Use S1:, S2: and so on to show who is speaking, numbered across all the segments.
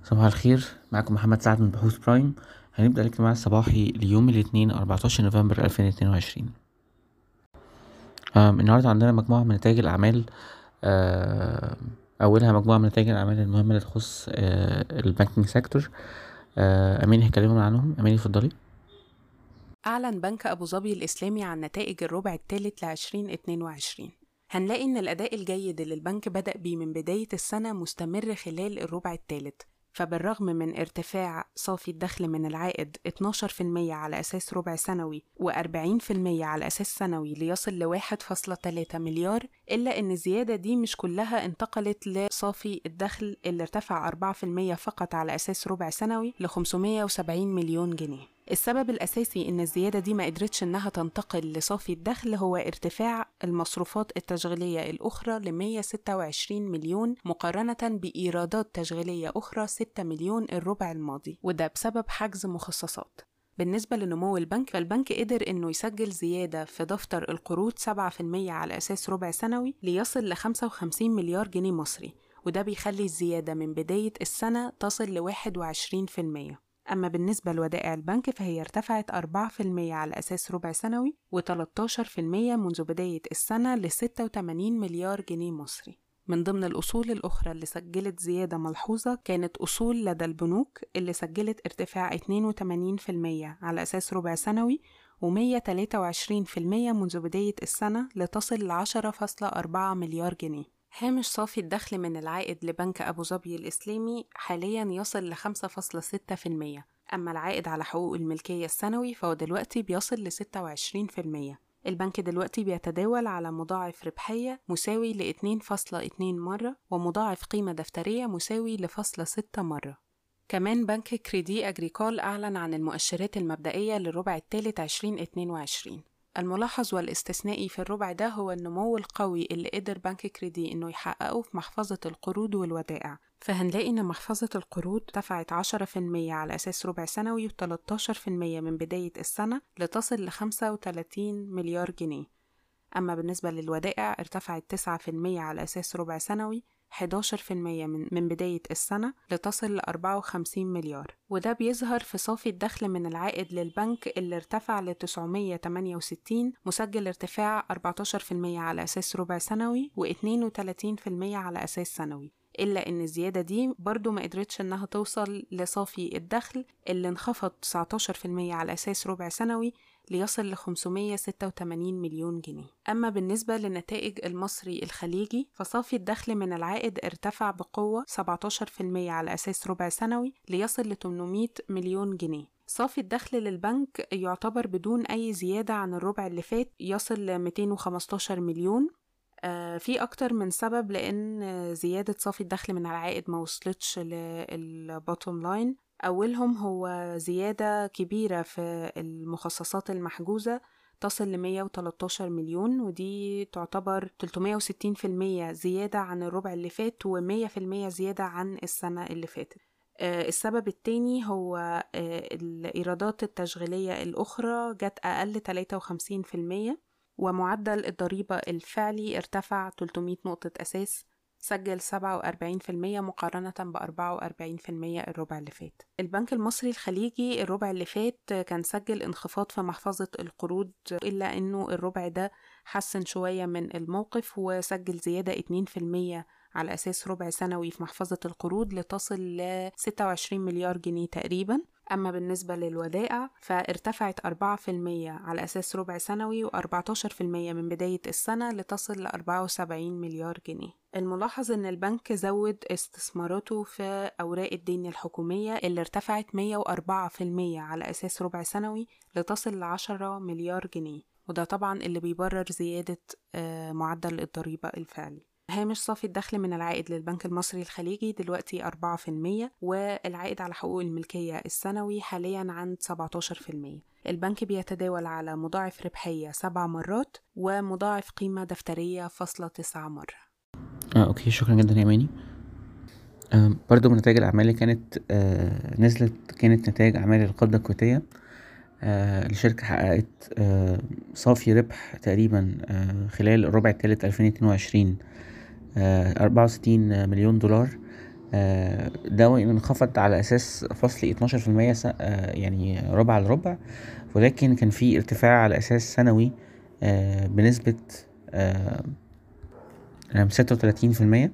S1: صباح الخير، معكم محمد سعد من بحوث برايم. هنبدأ الاجتماع الصباحي ليوم الاثنين 14 نوفمبر 2022. النهاردة عندنا مجموعة من نتائج الأعمال. أولها مجموعة من نتائج الأعمال المهمة اللي تخص البانكينج سيكتور. أماني هكلمنا عنهم. أماني اتفضلي.
S2: أعلن بنك أبو ظبي الإسلامي عن نتائج الربع الثالث ل 2022. هنلاقي إن الأداء الجيد اللي البنك بدأ بيه من بداية السنة مستمر خلال الربع الثالث، فبالرغم من ارتفاع صافي الدخل من العائد 12% على أساس ربع سنوي و40% على أساس سنوي ليصل ل 1.3 مليار، إلا إن الزيادة دي مش كلها انتقلت لصافي الدخل اللي ارتفع 4% فقط على أساس ربع سنوي ل 570 مليون جنيه. السبب الأساسي إن الزيادة دي ما قدرتش إنها تنتقل لصافي الدخل هو ارتفاع المصروفات التشغيلية الأخرى ل 126 مليون مقارنة بإيرادات تشغيلية أخرى 6 مليون الربع الماضي، وده بسبب حجز مخصصات. بالنسبة لنمو البنك، فالبنك قدر إنه يسجل زيادة في دفتر القروض 7% على أساس ربع سنوي ليصل ل 55 مليار جنيه مصري، وده بيخلي الزيادة من بداية السنة تصل ل 21%. أما بالنسبة لودائع البنك فهي ارتفعت 4% على أساس ربع سنوي و13% منذ بداية السنة ل 86 مليار جنيه مصري. من ضمن الأصول الأخرى اللي سجلت زيادة ملحوظة كانت أصول لدى البنوك اللي سجلت ارتفاع 82% على أساس ربع سنوي و123% منذ بداية السنة لتصل ل 10.4 مليار جنيه. هامش صافي الدخل من العائد لبنك أبو ظبي الإسلامي حالياً يصل ل 5.6%، أما العائد على حقوق الملكية السنوي فهو دلوقتي بيصل ل 26%. البنك دلوقتي بيتداول على مضاعف ربحية مساوي ل 2.2 مرة ومضاعف قيمة دفترية مساوي ل 0.6 مرة. كمان بنك كريدي أجريكول أعلن عن المؤشرات المبدئية للربع الثالث 2022. الملاحظ والاستثنائي في الربع ده هو النمو القوي اللي قدر بنك كريدي إنه يحققه في محفظة القروض والودائع، فهنلاقي إن محفظة القروض ارتفعت 10% على أساس ربع سنوي و13% من بداية السنة لتصل ل 35 مليار جنيه. أما بالنسبة للودائع ارتفعت 9% على أساس ربع سنوي 11% من بداية السنة لتصل ل 54 مليار، وده بيظهر في صافي الدخل من العائد للبنك اللي ارتفع ل 968 مسجل ارتفاع 14% على أساس ربع سنوي و32% على أساس سنوي، إلا إن الزيادة دي برضو ما قدرتش إنها توصل لصافي الدخل اللي انخفض 19% على أساس ربع سنوي ليصل ل 586 مليون جنيه. أما بالنسبة لنتائج المصري الخليجي فصافي الدخل من العائد ارتفع بقوة 17% على أساس ربع سنوي ليصل ل 800 مليون جنيه. صافي الدخل للبنك يعتبر بدون أي زيادة عن الربع اللي فات يصل ل 215 مليون. في أكتر من سبب لأن زيادة صافي الدخل من العائد ما وصلتش للبوتوم لاين. أولهم هو زيادة كبيرة في المخصصات المحجوزة تصل ل 113 مليون، ودي تعتبر 360% زيادة عن الربع اللي فات و100% زيادة عن السنة اللي فاتت. السبب التاني هو الإيرادات التشغيلية الأخرى جت أقل 53%، ومعدل الضريبة الفعلي ارتفع 300 نقطة أساس سجل 47% مقارنة ب44% الربع اللي فات. البنك المصري الخليجي الربع اللي فات كان سجل انخفاض في محفظة القروض، إلا أنه الربع ده حسن شوية من الموقف وسجل زيادة 2% على أساس ربع سنوي في محفظة القروض لتصل ل 26 مليار جنيه تقريباً. أما بالنسبة للودائع فارتفعت 4% على أساس ربع سنوي و14% من بداية السنة لتصل ل 74 مليار جنيه. الملاحظ أن البنك زود استثماراته في أوراق الدين الحكومية اللي ارتفعت 104% على أساس ربع سنوي لتصل ل 10 مليار جنيه، وده طبعا اللي بيبرر زيادة معدل الضريبة الفعلي. هامش صافي الدخل من العائد للبنك المصري الخليجي دلوقتي 4%، والعائد على حقوق الملكية السنوي حاليا عند 17%. البنك بيتداول على مضاعف ربحية 7 مرات ومضاعف قيمة دفترية 0.9 مرة.
S1: أوكي، شكرا جدا يا أماني. برضو من نتائج الأعمال اللي كانت نزلت كانت نتائج أعمال القبضة الكويتية. الشركة حققت صافي ربح تقريبا خلال الربع الثالث 2022 64 مليون دولار، ده وإن انخفض على أساس فصلي 12% يعني ربع لربع، ولكن كان في ارتفاع على أساس سنوي بنسبة 36%.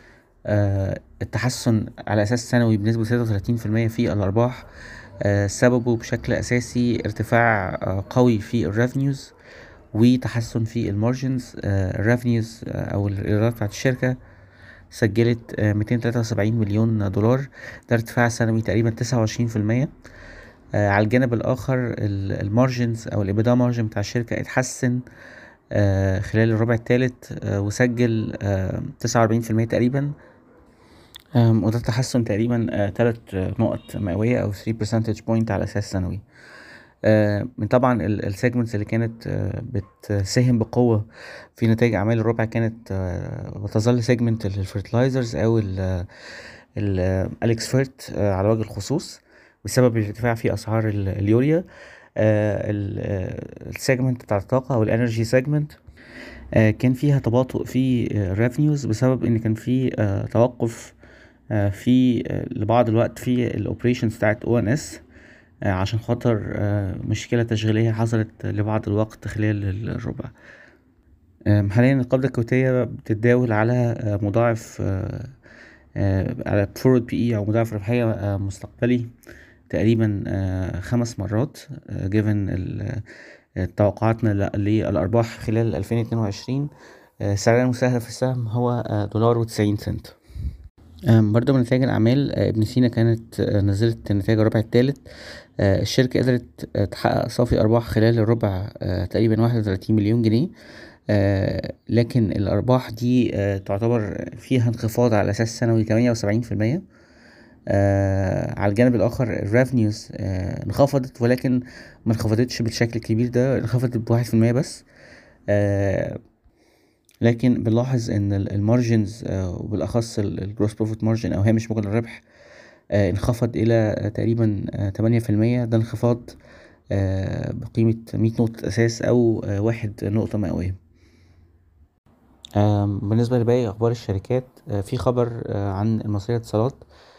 S1: التحسن على أساس سنوي بنسبة 36% في الأرباح سببه بشكل أساسي ارتفاع قوي في الريفنيوز وتحسن في المارجنز. الريفنيوز أو الإيرادات بتاعت الشركة سجلت 273 مليون دولار، ده ارتفاع سنوي تقريبا 29%. على الجانب الآخر المارجنز أو الإبدا مارجن بتاع الشركة اتحسن خلال الربع الثالث وسجل 49% تقريبا، وده تحسن تقريبا 3 نقط مئوية أو 3 percentage point على أساس سنوي. من طبعا السيجمنتس اللي كانت بتساهم بقوة في نتائج أعمال الربع كانت وتظل سيجمنت الفيرتلايزرز أو الأليكس فيرت على وجه الخصوص بسبب الارتفاع في أسعار اليوريا. السيجمنت بتاع الطاقة أو الانرجي سيجمنت كان فيها تباطؤ في الريفنيوز بسبب ان كان في توقف في لبعض الوقت في الاوبريشنز بتاعت ONS عشان خاطر مشكلة تشغيلية حصلت لبعض الوقت خلال الربع. حاليا القبضة الكويتية بتتداول على مضاعف على forward PE أو مضاعف ربحية مستقبلي تقريبا 5 مرات given توقعاتنا للأرباح خلال 2022. سعر المساهمة في السهم هو $1.90. برضه من نتائج الأعمال ابن سينا كانت نزلت نتائج الربع الثالث. الشركة قدرت تحقق صافي أرباح خلال الربع تقريبا 31 مليون جنيه، لكن الأرباح دي تعتبر فيها انخفاض على أساس سنوي 78%. على الجانب الآخر الريفنيوز انخفضت، ولكن ما انخفضتش بالشكل الكبير ده، انخفضت ب1% بس. لكن بنلاحظ ان المارجنز وبالاخص الجروس بروفيت مارجن او هامش مجمل الربح انخفض الى تقريبا 8%. ده انخفاض بقيمة 100 نقطة اساس او 1 نقطة مئوية. بالنسبة لباقي اخبار الشركات في خبر عن المصرية اتصالات.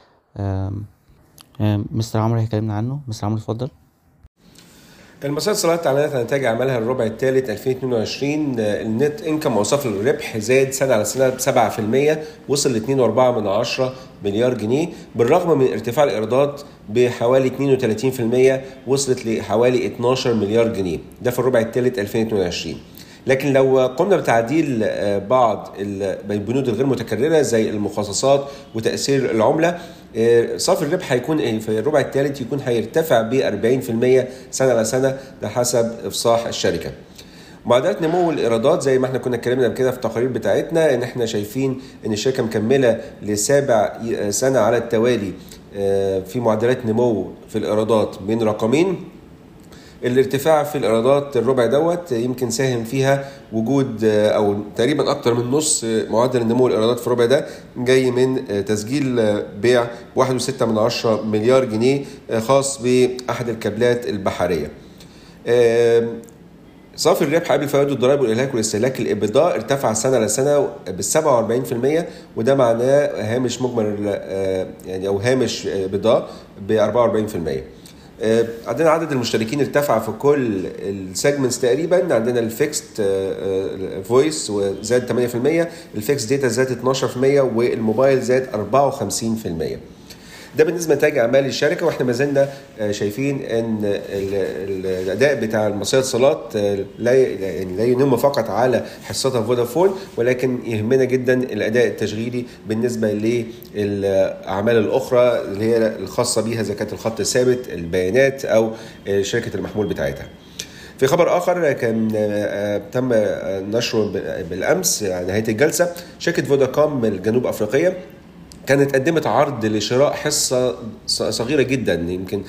S1: مستر عمرو هيكلمنا عنه. مستر عمرو اتفضل.
S3: المصرية اتصالات اعلنت عن نتائج اعمالها الربع الثالث 2022. النت انكم موصف للربح زاد سنة على سنة ب7%، وصل ل 2.4 مليار جنيه، بالرغم من ارتفاع الايرادات بحوالي 32%، وصلت لحوالي 12 مليار جنيه، ده في الربع الثالث 2022. لكن لو قمنا بتعديل بعض البنود الغير متكررة زي المخصصات وتأثير العملة، صافي الربح هيكون في الربع الثالث يكون هيرتفع ب 40% سنة على سنة، ده حسب إفصاح الشركة. معدلات نمو الإيرادات زي ما احنا كنا اتكلمنا كده في التقارير بتاعتنا، ان احنا شايفين ان الشركة مكملة ل7 سنة على التوالي في معدلات نمو في الإيرادات بين رقمين. الارتفاع في الإيرادات الربع دوت يمكن ساهم فيها وجود أو تقريبا أكتر من نص معدل النمو الإيرادات في الربع ده جاي من تسجيل بيع 1.6 مليار جنيه خاص بأحد الكابلات البحرية. صافي الربح قبل فوائد الضرائب والإهلاك والاستهلاك الإبداع ارتفع سنة لسنة ب47%، وده معناه هامش مجمل يعني أو هامش إبداع ب44%. عندنا عدد المشتركين ارتفع في كل السيجمنتس تقريبا. عندنا الفيكست فويس وزاد 8%، الفيكس داتا زاد 12%، والموبايل زاد 54%. ده بالنسبه لنتائج اعمال الشركه، واحنا ما زلنا شايفين ان الاداء بتاع المصرية اتصالات لا ينم فقط على حصتها فودافون، ولكن يهمنا جدا الاداء التشغيلي بالنسبه للاعمال الاخرى اللي هي الخاصه بيها، اذا كانت الخط الثابت، البيانات، او شركه المحمول بتاعتها. في خبر آخر كان تم نشره بالأمس على نهاية الجلسة، شركة فوداكوم الجنوب أفريقية كانت قدمت عرض لشراء حصة صغيرة جدا، يمكن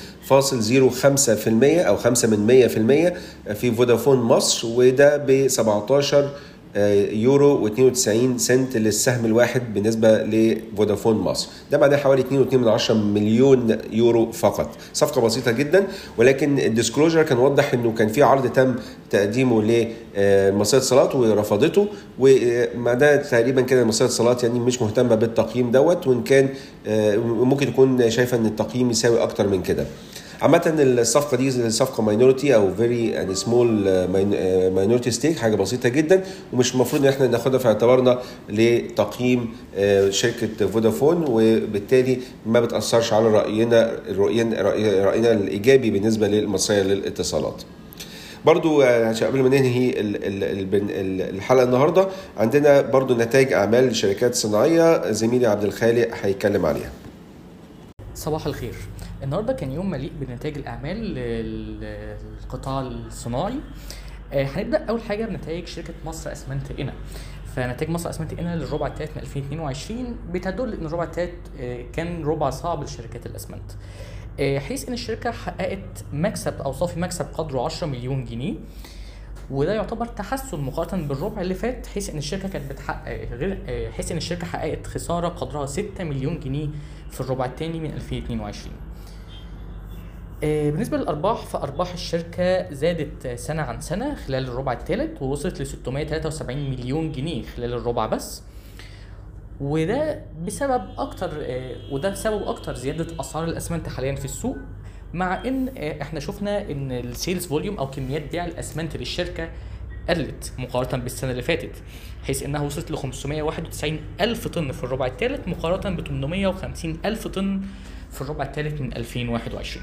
S3: 0.05% أو 5% في فودافون مصر، وده ب $17 يورو و92 سنت للسهم الواحد بالنسبة لفودافون مصر. ده معناه حوالي 2.2 مليون يورو فقط. صفقة بسيطة جدا، ولكن الديسكلوجر كان وضح انه كان في عرض تم تقديمه لمصرية اتصالات ورفضته، ومع ده تقريبا كده مصرية اتصالات يعني مش مهتمة بالتقييم دوت، وان كان ممكن تكون شايفة ان التقييم يساوي اكتر من كده. عامة الصفقة دي صفقة ماينورتي او فيري يعني سمول ماينورتي ستيك، حاجة بسيطة جدا ومش المفروض ان احنا ناخدها في اعتبارنا لتقييم شركة فودافون، وبالتالي ما بتأثرش على رأينا الإيجابي بالنسبة للمصرية للاتصالات. برضو عشان قبل ما ننهي الحلقة النهاردة، عندنا برضو نتائج أعمال الشركات الصناعية، زميلي عبد الخالق هيتكلم عليها.
S4: صباح الخير. النهارده كان يوم مليء بنتائج الاعمال للقطاع الصناعي. هنبدا اول حاجه بنتائج شركه مصر اسمنت قنا. فنتائج مصر اسمنت قنا للربع الثالث من 2022 بتدل ان الربع الثالث كان ربع صعب لشركات الاسمنت، حيث ان الشركه حققت مكسب او صافي مكسب قدره 10 مليون جنيه، وده يعتبر تحسن مقارنه بالربع اللي فات، حيث ان الشركه كانت حيث ان الشركه حققت خساره قدرها 6 مليون جنيه في الربع الثاني من 2022. بالنسبة للأرباح، فأرباح الشركة زادت سنة عن سنة خلال الربع الثالث ووصلت ل 673 مليون جنيه خلال الربع بس، وده بسبب أكتر زيادة أسعار الأسمنت حاليا في السوق، مع إن إحنا شفنا إن السيلز فوليوم أو كميات بيع الأسمنت للشركة قلت مقارنة بالسنة اللي فاتت، حيث إنها وصلت ل 591 ألف طن في الربع الثالث مقارنة ب 850 ألف طن في الربع الثالث من 2021.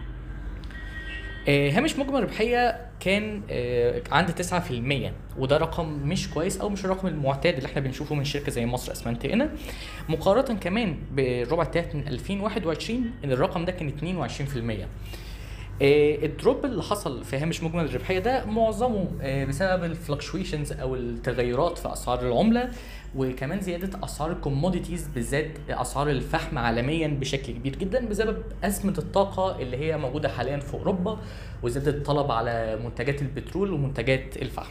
S4: هامش مجمل الربحية كان عند 9%، وده رقم مش كويس او مش الرقم المعتاد اللي احنا بنشوفه من شركة زي مصر اسمنت قنا، مقارنة كمان بالربع الثالث من 2021 ان الرقم ده كان 22%. الدروب اللي حصل في هامش مجمل الربحيه ده معظمه بسبب الفلكشويشنز او التغيرات في اسعار العمله، وكمان زياده اسعار الكوموديتيز بالذات اسعار الفحم عالميا بشكل كبير جدا بسبب ازمه الطاقه اللي هي موجوده حاليا في اوروبا، وزياده الطلب على منتجات البترول ومنتجات الفحم.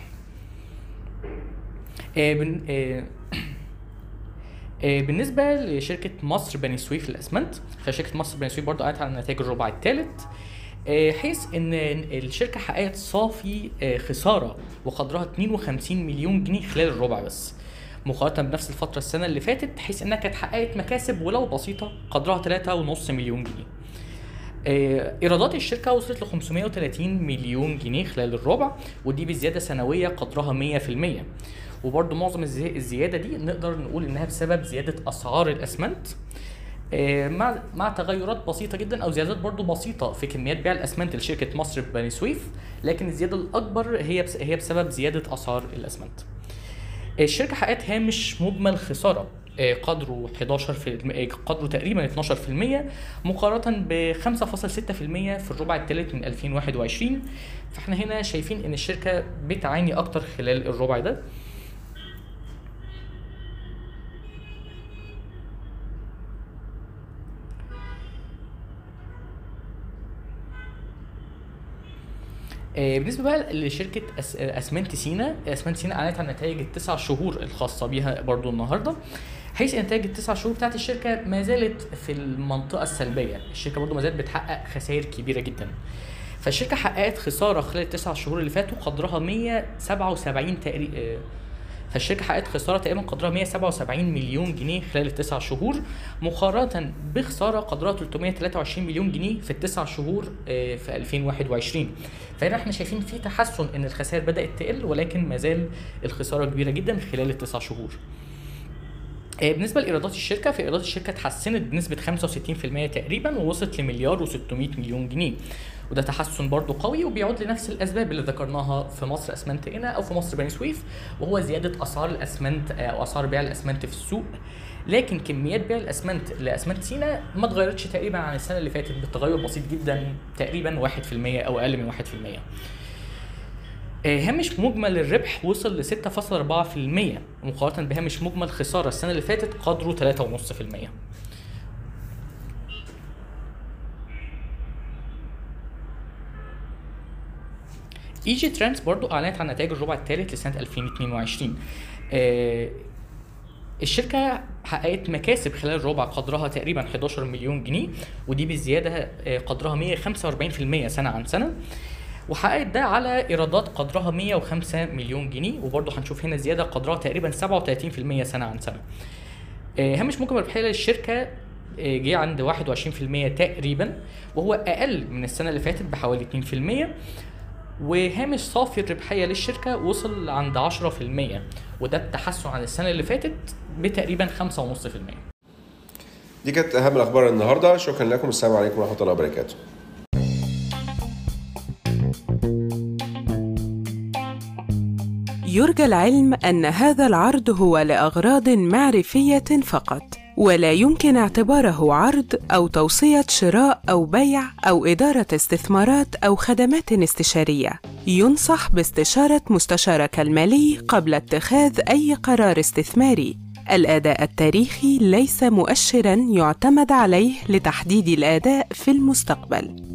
S4: بالنسبه لشركه مصر بني سويف للاسمنت، فشركه مصر بني سويف برضو قالت على نتائج الربع الثالث، حيث ان الشركه حققت صافي خساره وقدرها 52 مليون جنيه خلال الربع بس، مقارنه بنفس الفتره السنه اللي فاتت، حيث انها كانت حققت مكاسب ولو بسيطه قدرها 3.5 مليون جنيه. ايرادات الشركه وصلت ل 530 مليون جنيه خلال الربع، ودي بزياده سنويه قدرها 100%. وبرضه معظم الزياده دي نقدر نقول انها بسبب زياده اسعار الاسمنت مع تغيرات بسيطه جدا او زيادات برضو بسيطه في كميات بيع الاسمنت لشركه مصر بني سويف، لكن الزياده الاكبر هي بسبب زياده اسعار الاسمنت. الشركه حققت هامش مجمل خساره قدره 11%، قدره تقريبا 12%، مقارنه ب 5.6% في الربع الثالث من 2021. فاحنا هنا شايفين ان الشركه بتعاني اكتر خلال الربع ده. بالنسبه بقى لشركه اسمنت سينا، اسمنت سينا اعلنت عن نتائج ال9 شهور الخاصه بيها برضو النهارده، حيث نتائج ال9 شهور بتاعت الشركه ما زالت في المنطقه السلبيه، الشركه برضو ما زالت بتحقق خسائر كبيره جدا. فالشركه حققت خساره خلال ال9 شهور اللي فاتوا قدرها 177 تقريبا، فالشركه حققت خساره تقريبا قدرها 177 مليون جنيه خلال ال9 شهور، مقارنه بخساره قدرها 323 مليون جنيه في ال9 شهور في 2021. فهنا احنا شايفين في تحسن ان الخسائر بدات تقل، ولكن ما زال الخساره كبيره جدا خلال ال9 شهور. بالنسبه لايرادات الشركه، فايرادات الشركه اتحسنت بنسبه 65% تقريبا، ووصلت لمليار و600 مليون جنيه، وده تحسن برضو قوي وبيعود لنفس الاسباب اللي ذكرناها في مصر اسمنت قنا او في مصر بني سويف، وهو زياده اسعار الاسمنت او اسعار بيع الاسمنت في السوق. لكن كميات بيع الاسمنت لاسمنت سينا ما اتغيرتش تقريبا عن السنه اللي فاتت بتغير بسيط جدا، تقريبا 1% او اقل من 1%. هامش مجمل الربح وصل ل 6.4% مقارنه بهامش مجمل خساره السنه اللي فاتت قدره 3.5%. ايجي ترندز برضو اعلنت عن نتائج الربع الثالث لسنه 2022. الشركه حققت مكاسب خلال الربع قدرها تقريبا 11 مليون جنيه، ودي بزياده قدرها 145% سنه عن سنه، وحققت ده على ايرادات قدرها 105 مليون جنيه، وبرضه هنشوف هنا زياده قدرها تقريبا 37% سنه عن سنه. هامش مجمل الربحيه للشركه جه عند 21% تقريبا، وهو اقل من السنه اللي فاتت بحوالي 2%. وهامش صافي الربحيه للشركه وصل عند 10%، وده التحسن عن السنه اللي فاتت بتقريبا 5.5%.
S3: دي كانت اهم الاخبار النهارده. شكرا لكم، السلام عليكم ورحمه الله وبركاته.
S2: يرجى العلم أن هذا العرض هو لأغراض معرفية فقط، ولا يمكن اعتباره عرض أو توصية شراء أو بيع أو إدارة استثمارات أو خدمات استشارية. ينصح باستشارة مستشارك المالي قبل اتخاذ أي قرار استثماري. الأداء التاريخي ليس مؤشراً يعتمد عليه لتحديد الأداء في المستقبل.